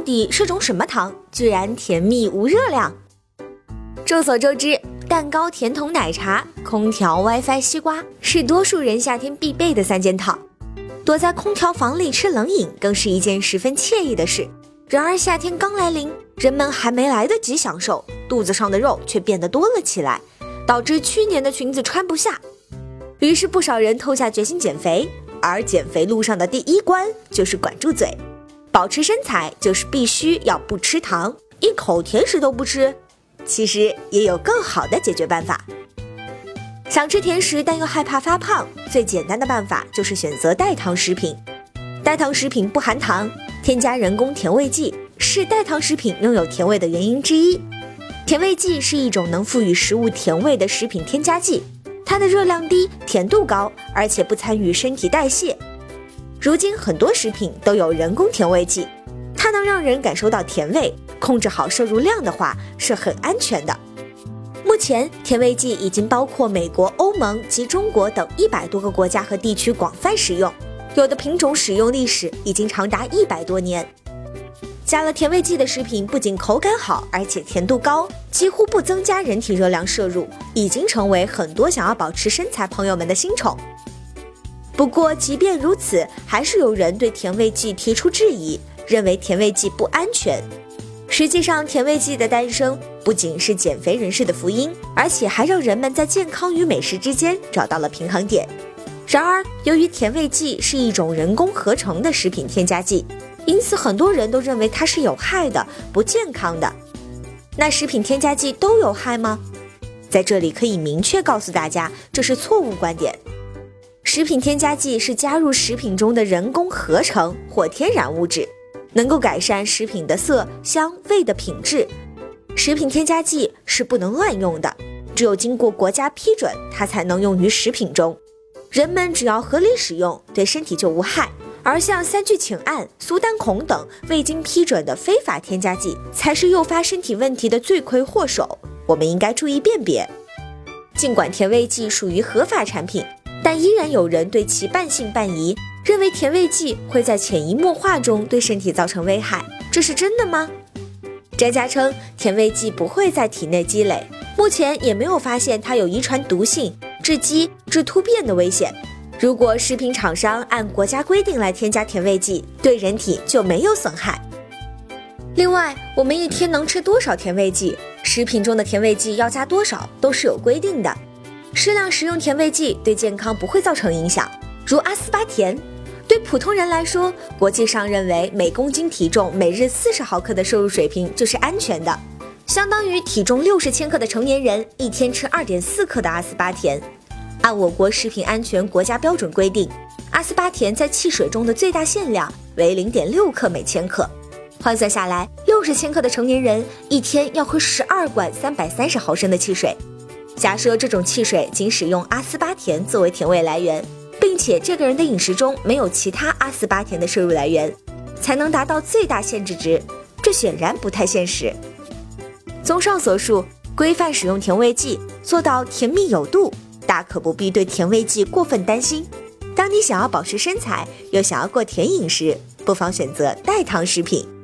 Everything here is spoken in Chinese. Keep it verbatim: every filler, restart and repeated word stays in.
底是种什么糖，居然甜蜜无热量？众所周知，蛋糕、甜筒、奶茶、空调、WiFi、西瓜是多数人夏天必备的三件套。躲在空调房里吃冷饮更是一件十分惬意的事。然而夏天刚来临，人们还没来得及享受，肚子上的肉却变得多了起来，导致去年的裙子穿不下。于是不少人痛下决心减肥，而减肥路上的第一关就是管住嘴。保持身材就是必须要不吃糖，一口甜食都不吃。其实也有更好的解决办法。想吃甜食但又害怕发胖，最简单的办法就是选择代糖食品。代糖食品不含糖，添加人工甜味剂，是代糖食品拥有甜味的原因之一。甜味剂是一种能赋予食物甜味的食品添加剂，它的热量低，甜度高，而且不参与身体代谢。如今很多食品都有人工甜味剂，它能让人感受到甜味，控制好摄入量的话是很安全的。目前甜味剂已经包括美国、欧盟及中国等一百多个国家和地区广泛使用，有的品种使用历史已经长达一百多年。加了甜味剂的食品不仅口感好，而且甜度高，几乎不增加人体热量摄入，已经成为很多想要保持身材朋友们的新宠。不过即便如此，还是有人对甜味剂提出质疑，认为甜味剂不安全。实际上，甜味剂的诞生不仅是减肥人士的福音，而且还让人们在健康与美食之间找到了平衡点。然而，由于甜味剂是一种人工合成的食品添加剂，因此很多人都认为它是有害的、不健康的。那食品添加剂都有害吗？在这里可以明确告诉大家，这是错误观点。食品添加剂是加入食品中的人工合成或天然物质，能够改善食品的色、香、味的品质。食品添加剂是不能乱用的，只有经过国家批准，它才能用于食品中。人们只要合理使用，对身体就无害。而像三聚氰胺、苏丹红等未经批准的非法添加剂，才是诱发身体问题的罪魁祸首。我们应该注意辨别。尽管甜味剂属于合法产品，但依然有人对其半信半疑，认为甜味剂会在潜移默化中对身体造成危害，这是真的吗？专家称，甜味剂不会在体内积累，目前也没有发现它有遗传毒性、致畸、致突变的危险。如果食品厂商按国家规定来添加甜味剂，对人体就没有损害。另外，我们一天能吃多少甜味剂，食品中的甜味剂要加多少都是有规定的。适量食用甜味剂对健康不会造成影响，如阿斯巴甜。对普通人来说，国际上认为每公斤体重每日四十毫克的摄入水平就是安全的，相当于体重六十千克的成年人一天吃 二点四克的阿斯巴甜。按我国食品安全国家标准规定，阿斯巴甜在汽水中的最大限量为 零点六克每千克，换算下来，六十千克的成年人一天要喝十二罐三百三十毫升的汽水。假设这种汽水仅使用阿斯巴甜作为甜味来源，并且这个人的饮食中没有其他阿斯巴甜的摄入来源，才能达到最大限制值，这显然不太现实。综上所述，规范使用甜味剂，做到甜蜜有度，大可不必对甜味剂过分担心。当你想要保持身材，又想要过甜饮食，不妨选择代糖食品。